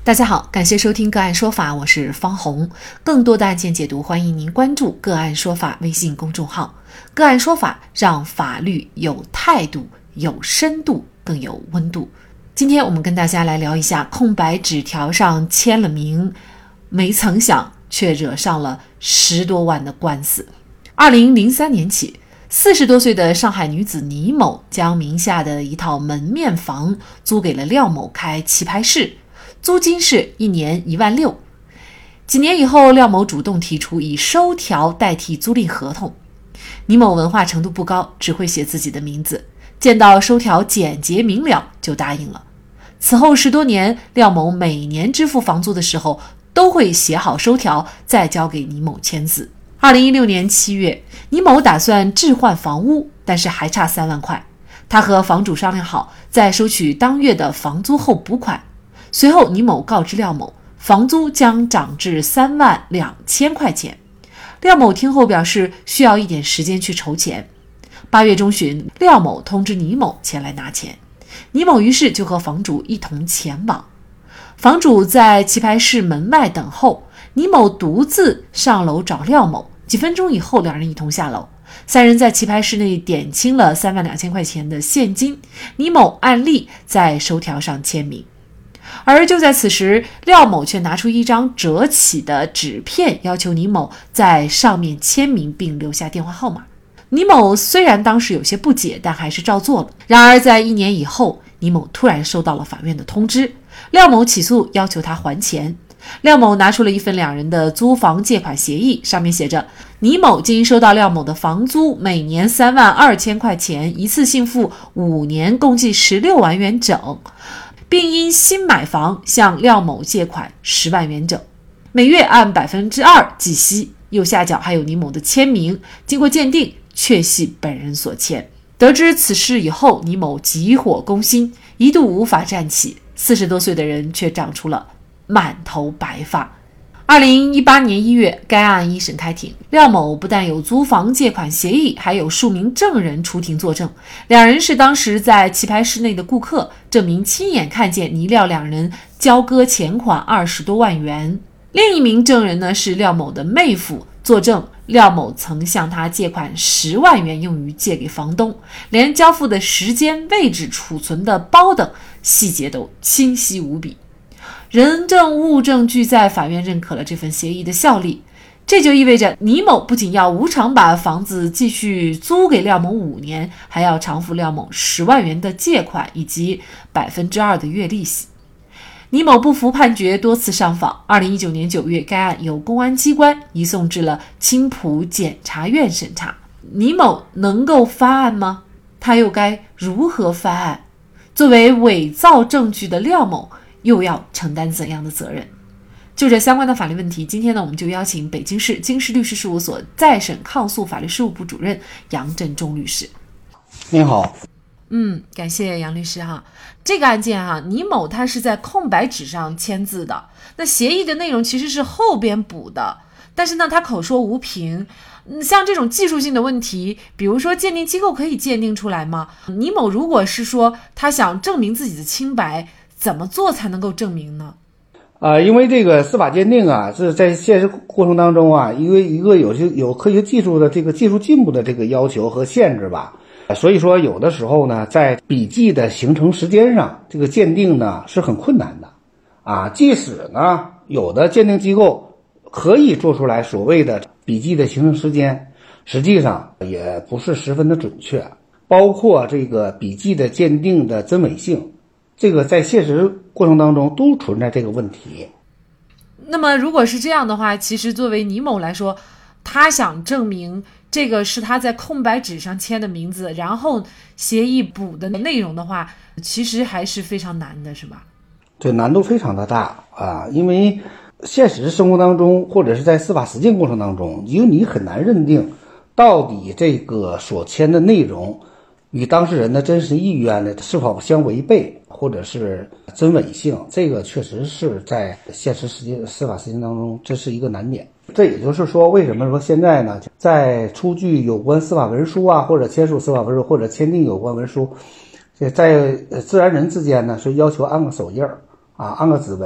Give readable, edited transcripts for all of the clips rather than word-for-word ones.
大家好，感谢收听个案说法，我是方红。更多的案件解读，欢迎您关注个案说法微信公众号。个案说法让法律有态度、有深度、更有温度。今天我们跟大家来聊一下空白纸条上签了名，没曾想却惹上了10多万的官司。2003年起，40多岁的上海女子倪某将名下的一套门面房租给了廖某开棋牌室，租金是1年1万6。几年以后，廖某主动提出以收条代替租赁合同。倪某文化程度不高，只会写自己的名字，见到收条简洁明了就答应了。此后10多年，廖某每年支付房租的时候都会写好收条，再交给倪某签字。2016年7月，倪某打算置换房屋，但是还差3万块。他和房主商量好，在收取当月的房租后补款。随后，倪某告知廖某，房租将涨至3万2千块钱。廖某听后表示需要一点时间去筹钱。8月中旬，廖某通知倪某前来拿钱，倪某于是就和房主一同前往。房主在棋牌室门外等候，倪某独自上楼找廖某。几分钟以后，两人一同下楼。3人在棋牌室内点清了3万2千块钱的现金，倪某按例在收条上签名。而就在此时，廖某却拿出一张折起的纸片，要求倪某在上面签名并留下电话号码。倪某虽然当时有些不解，但还是照做了。然而在1年以后，倪某突然收到了法院的通知，廖某起诉要求他还钱。廖某拿出了一份2人的租房借款协议，上面写着倪某经收到廖某的房租每年3万2千块钱，一次性付5年，共计16万元整，并因新买房向廖某借款10万元整，每月按2%计息。右下角还有倪某的签名，经过鉴定确系本人所签。得知此事以后，倪某急火攻心，一度无法站起，40多岁的人却长出了满头白发。2018年1月，该案一审开庭，廖某不但有租房借款协议，还有数名证人出庭作证。2人是当时在棋牌室内的顾客，证明亲眼看见倪廖2人交割钱款20多万元。另一名证人呢是廖某的妹夫，作证廖某曾向他借款10万元用于借给房东，连交付的时间、位置、储存的包等细节都清晰无比。人证物证俱在，法院认可了这份协议的效力。这就意味着倪某不仅要无偿把房子继续租给廖某5年，还要偿付廖某10万元的借款以及2%的月利息。倪某不服判决，多次上访。2019年9月，该案由公安机关移送至了青浦检察院审查。倪某能够翻案吗？他又该如何翻案？作为伪造证据的廖某又要承担怎样的责任？就这相关的法律问题，今天呢，我们就邀请北京市京师律师事务所再审抗诉法律事务部主任杨振中律师。 您好。 感谢杨律师哈。这个案件哈，倪某他是在空白纸上签字的，那协议的内容其实是后边补的，但是呢，他口说无凭。像这种技术性的问题，比如说鉴定机构可以鉴定出来吗？倪某如果是说他想证明自己的清白，怎么做才能够证明呢？ 因为这个司法鉴定啊，是在现实过程当中啊，一个有科学技术的这个技术进步的这个要求和限制吧。所以说有的时候呢，在笔迹的形成时间上，这个鉴定呢是很困难的啊。即使呢有的鉴定机构可以做出来所谓的笔迹的形成时间，实际上也不是十分的准确，包括这个笔迹的鉴定的真伪性，这个在现实过程当中都存在这个问题。 那么如果是这样的话，其实作为倪某来说，他想证明这个是他在空白纸上签的名字，然后协议补的内容的话，其实还是非常难的，是吧？ 这难度非常的大啊，因为现实生活当中或者是在司法实践过程当中，你很难认定到底这个所签的内容与当事人的真实意愿呢是否相违背，或者是真伪性，这个确实是在现实司法实践当中，这是一个难点。这也就是说，为什么说现在呢，在出具有关司法文书啊，或者签署司法文书，或者签订有关文书，在自然人之间呢，是要求按个手印啊，按个指纹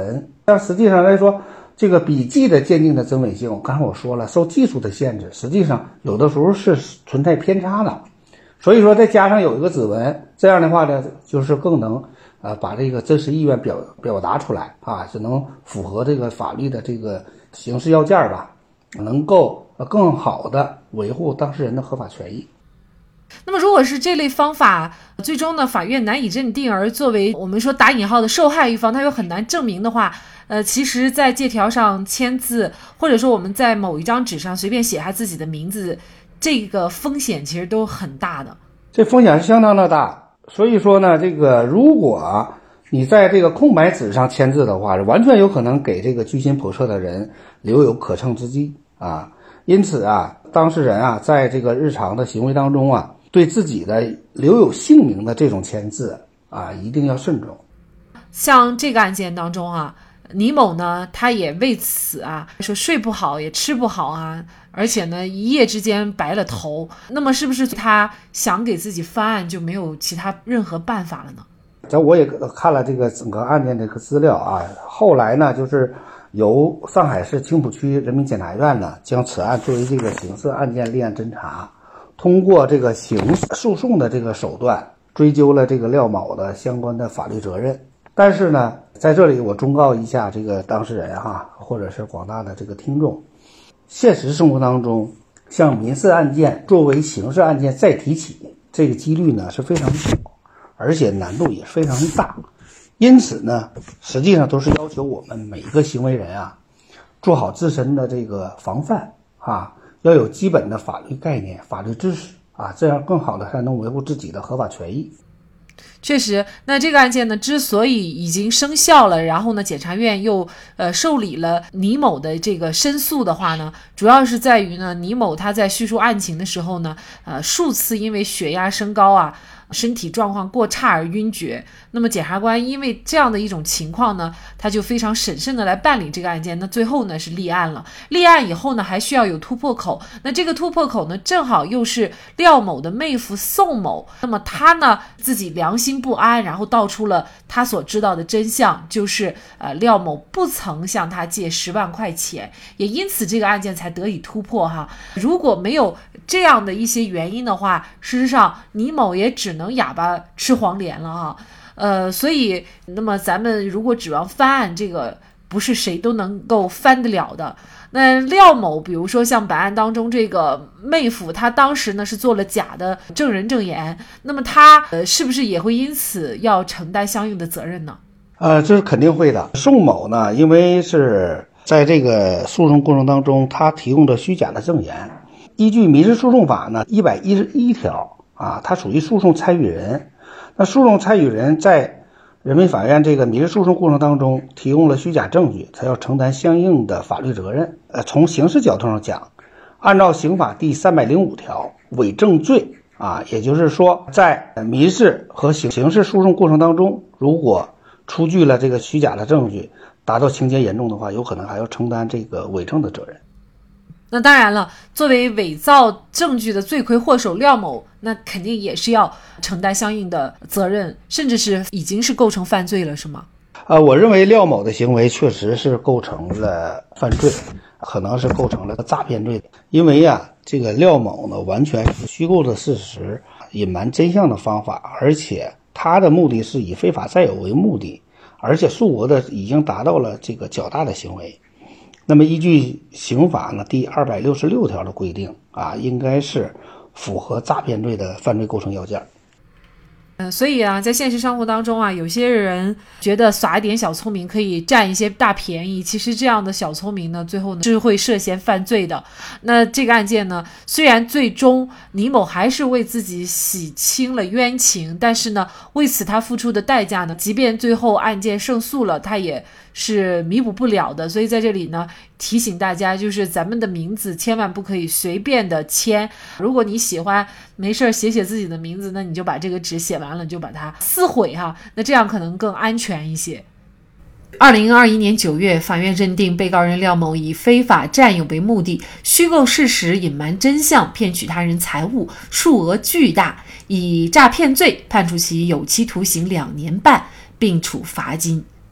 但实际上来说，这个笔迹的鉴定的真伪性，刚才我说了，受技术的限制，实际上有的时候是存在偏差的。所以说再加上有一个指纹，这样的话呢，就是更能把这个真实意愿表达出来啊，只能符合这个法律的这个刑事要件吧，能够更好的维护当事人的合法权益。 那么如果是这类方法最终呢法院难以认定，而作为我们说打引号的受害一方，他又很难证明的话，其实在借条上签字，或者说我们在某一张纸上随便写下自己的名字，这个风险其实都很大的。 这风险是相当的大，所以说呢，这个如果你在这个空白纸上签字的话，完全有可能给这个居心叵测的人留有可乘之机啊。因此啊，当事人啊，在这个日常的行为当中啊，对自己的留有姓名的这种签字啊，一定要慎重。 像这个案件当中啊，倪某呢，他也为此啊，说睡不好也吃不好啊，而且呢一夜之间白了头。那么是不是他想给自己翻案就没有其他任何办法了呢？ 我也看了这个整个案件这个资料啊，后来呢，就是由上海市青浦区人民检察院呢，将此案作为这个刑事案件立案侦查，通过这个刑事诉讼的这个手段，追究了这个廖某的相关的法律责任。但是呢，在这里我忠告一下这个当事人或者是广大的这个听众，现实生活当中，像民事案件作为刑事案件再提起，这个几率呢是非常小，而且难度也非常大。因此呢，实际上都是要求我们每一个行为人啊，做好自身的这个防范要有基本的法律概念、法律知识这样更好的才能维护自己的合法权益。 确实，那这个案件呢，之所以已经生效了，然后呢，检察院又受理了倪某的这个申诉的话呢，主要是在于呢，倪某他在叙述案情的时候呢，数次因为血压升高身体状况过差而晕厥。那么检察官因为这样的一种情况呢，他就非常审慎的来办理这个案件。那最后呢是立案了，立案以后呢还需要有突破口。那这个突破口呢正好又是廖某的妹夫宋某。那么他呢自己良心不安，然后道出了他所知道的真相，就是廖某不曾向他借10万块钱，也因此这个案件才得以突破如果没有这样的一些原因的话，事实上倪某也只能哑巴吃黄连了所以那么咱们如果指望翻案，这个不是谁都能够翻得了的。那廖某比如说像本案当中这个妹夫，他当时呢是做了假的证人证言，那么他是不是也会因此要承担相应的责任呢？ 这是肯定会的。宋某呢，因为是在这个诉讼过程当中，他提供的虚假的证言，依据民事诉讼法呢111条他属于诉讼参与人。那诉讼参与人在人民法院这个民事诉讼过程当中提供了虚假证据，他要承担相应的法律责任。从刑事角度上讲，按照刑法第305条，伪证罪也就是说，在民事和刑事诉讼过程当中，如果出具了这个虚假的证据，达到情节严重的话，有可能还要承担这个伪证的责任。 那当然了，作为伪造证据的罪魁祸首廖某，那肯定也是要承担相应的责任，甚至是已经是构成犯罪了，是吗？ 我认为廖某的行为确实是构成了犯罪，可能是构成了诈骗罪。因为这个廖某呢，完全是虚构的事实，隐瞒真相的方法，而且他的目的是以非法占有为目的，而且数额的已经达到了这个较大的行为。那么依据刑法呢第266条的规定应该是符合诈骗罪的犯罪构成要件。 所以在现实生活当中有些人觉得耍一点小聪明可以占一些大便宜，其实这样的小聪明呢，最后呢是会涉嫌犯罪的。那这个案件呢，虽然最终倪某还是为自己洗清了冤情，但是呢，为此他付出的代价呢，即便最后案件胜诉了，他也是弥补不了的。所以在这里呢，提醒大家，就是咱们的名字千万不可以随便的签。如果你喜欢没事写自己的名字，那你就把这个纸写完了就把它撕毁那这样可能更安全一些。2021年9月，法院认定被告人廖某以非法占有为目的，虚构事实、隐瞒真相，骗取他人财物，数额巨大，以诈骗罪判处其有期徒刑2年半，并处罚金。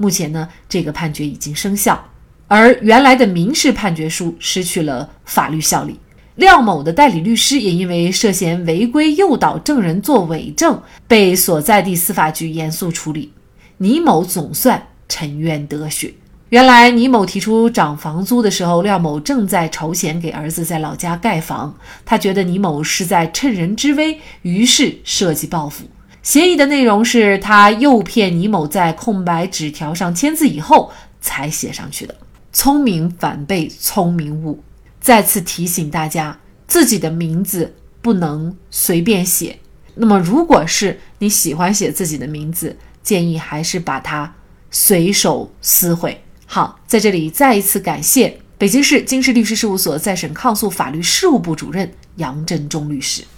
目前呢，这个判决已经生效，而原来的民事判决书失去了法律效力。廖某的代理律师也因为涉嫌违规诱导证人作伪证，被所在地司法局严肃处理。倪某总算沉冤得雪。原来倪某提出涨房租的时候，廖某正在筹钱给儿子在老家盖房，他觉得倪某是在趁人之危，于是设计报复。协议的内容是他诱骗倪某在空白纸条上签字以后才写上去的。聪明反被聪明误，再次提醒大家，自己的名字不能随便写。那么如果是你喜欢写自己的名字，建议还是把它随手撕毁。好，在这里再一次感谢北京市京师律师事务所再审抗诉法律事务部主任杨振中律师。